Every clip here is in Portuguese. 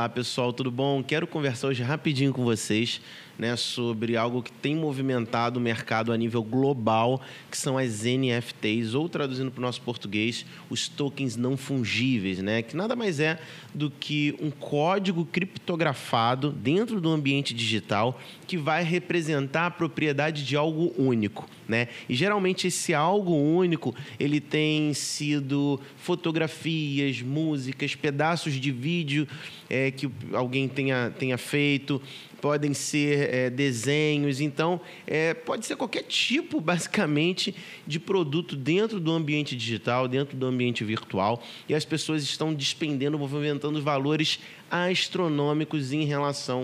Olá pessoal, tudo bom? Quero conversar hoje rapidinho com vocês, né, sobre algo que tem movimentado o mercado a nível global, que são as NFTs, ou traduzindo para o nosso português, os tokens não fungíveis, né, que nada mais é do que um código criptografado dentro do ambiente digital que vai representar a propriedade de algo único, né? E geralmente esse algo único, ele tem sido fotografias, músicas, pedaços de vídeo que alguém tenha feito, podem ser desenhos, então pode ser qualquer tipo, basicamente, de produto dentro do ambiente digital, dentro do ambiente virtual, e as pessoas estão despendendo, movimentando valores astronômicos em relação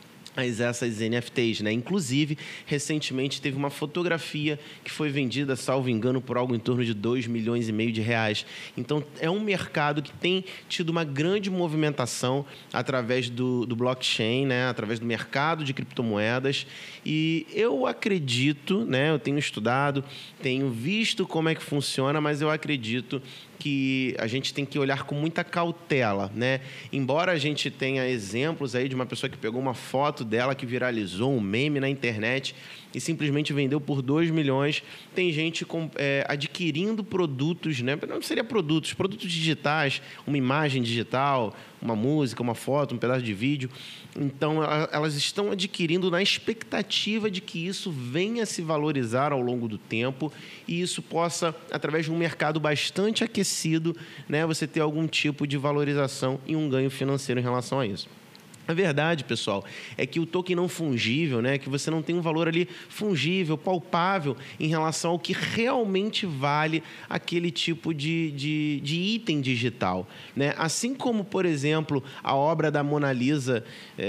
a essas NFTs, né? Inclusive, recentemente teve uma fotografia que foi vendida, salvo engano, por algo em torno de 2,5 milhões de reais. Então, é um mercado que tem tido uma grande movimentação através do blockchain, né? Através do mercado de criptomoedas. E eu acredito, né? Eu tenho estudado, tenho visto como é que funciona, mas eu acredito que a gente tem que olhar com muita cautela, né? Embora a gente tenha exemplos aí de uma pessoa que pegou uma foto dela que viralizou, um meme na internet e simplesmente vendeu por 2 milhões, tem gente adquirindo produtos, né? Não seria produtos digitais, uma imagem digital, uma música, uma foto, um pedaço de vídeo. Então, elas estão adquirindo na expectativa de que isso venha a se valorizar ao longo do tempo e isso possa, através de um mercado bastante aquecido, né, você ter algum tipo de valorização e um ganho financeiro em relação a isso. A verdade, pessoal, é que o token não fungível, né, que você não tem um valor ali fungível, palpável, em relação ao que realmente vale aquele tipo de item digital, né? Assim como, por exemplo, a obra da Mona Lisa,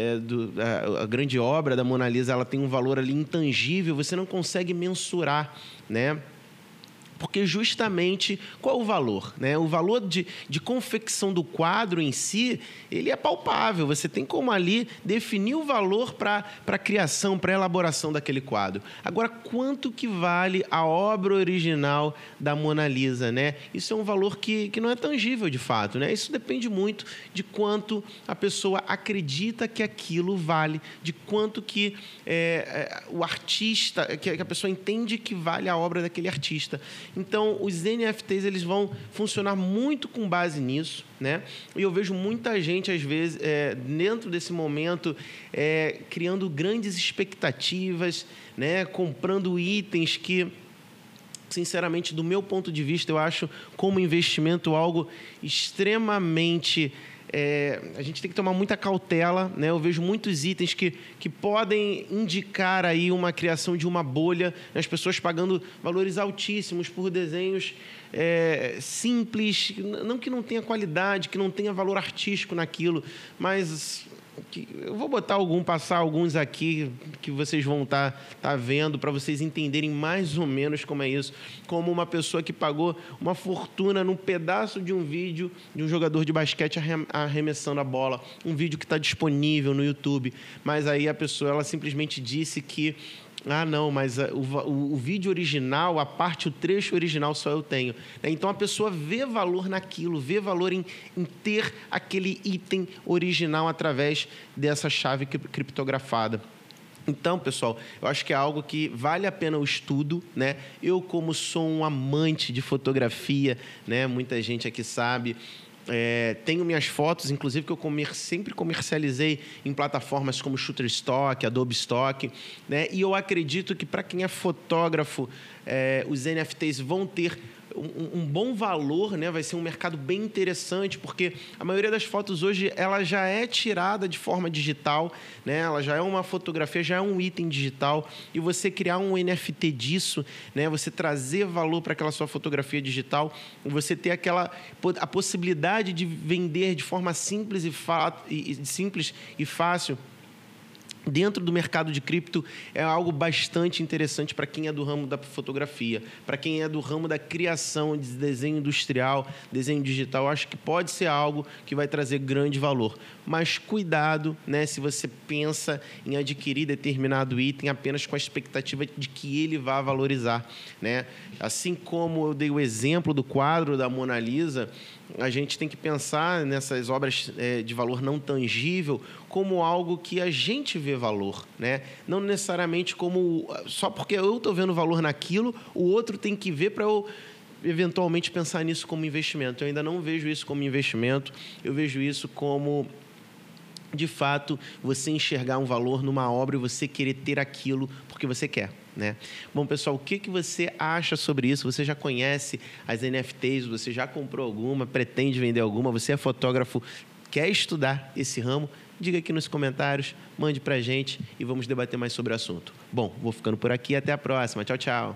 a grande obra da Mona Lisa, ela tem um valor ali intangível, você não consegue mensurar, né? Porque justamente, qual é o valor, né? O valor de confecção do quadro em si, ele é palpável. Você tem como ali definir o valor para a criação, para a elaboração daquele quadro. Agora, quanto que vale a obra original da Mona Lisa, né? Isso é um valor que não é tangível de fato, né? Isso depende muito de quanto a pessoa acredita que aquilo vale, de quanto que o artista, que a pessoa entende que vale a obra daquele artista. Então, os NFTs eles vão funcionar muito com base nisso, né? E eu vejo muita gente, às vezes, dentro desse momento, criando grandes expectativas, né? Comprando itens que, sinceramente, do meu ponto de vista, eu acho como investimento algo extremamente... a gente tem que tomar muita cautela, né? Eu vejo muitos itens que podem indicar aí uma criação de uma bolha, as pessoas pagando valores altíssimos por desenhos simples, não que não tenha qualidade, que não tenha valor artístico naquilo, mas... eu vou passar alguns aqui que vocês vão estar vendo para vocês entenderem mais ou menos como é isso. Como uma pessoa que pagou uma fortuna num pedaço de um vídeo de um jogador de basquete arremessando a bola. Um vídeo que está disponível no YouTube. Mas aí a pessoa ela simplesmente disse que não, mas o vídeo original, o trecho original só eu tenho. Então, a pessoa vê valor naquilo, vê valor em ter aquele item original através dessa chave criptografada. Então, pessoal, eu acho que é algo que vale a pena o estudo, né? Eu, como sou um amante de fotografia, né? Muita gente aqui sabe... tenho minhas fotos, inclusive, que eu sempre comercializei em plataformas como Shutterstock, Adobe Stock, né? E eu acredito que, para quem é fotógrafo, os NFTs vão ter um bom valor, né? Vai ser um mercado bem interessante, porque a maioria das fotos hoje ela já é tirada de forma digital, né? Ela já é uma fotografia, já é um item digital, e você criar um NFT disso, né? Você trazer valor para aquela sua fotografia digital, você ter a possibilidade de vender de forma simples e fácil, dentro do mercado de cripto é algo bastante interessante para quem é do ramo da fotografia, para quem é do ramo da criação de desenho industrial, desenho digital. Eu acho que pode ser algo que vai trazer grande valor. Mas cuidado, né, se você pensa em adquirir determinado item apenas com a expectativa de que ele vá valorizar, né? Assim como eu dei o exemplo do quadro da Mona Lisa, a gente tem que pensar nessas obras de valor não tangível como algo que a gente vê valor, né? Não necessariamente como... Só porque eu estou vendo valor naquilo, o outro tem que ver para eu eventualmente pensar nisso como investimento. Eu ainda não vejo isso como investimento, eu vejo isso como... de fato, você enxergar um valor numa obra e você querer ter aquilo porque você quer, né? Bom, pessoal, o que você acha sobre isso? Você já conhece as NFTs? Você já comprou alguma? Pretende vender alguma? Você é fotógrafo? Quer estudar esse ramo? Diga aqui nos comentários, mande pra gente e vamos debater mais sobre o assunto. Bom, vou ficando por aqui. Até a próxima. Tchau, tchau.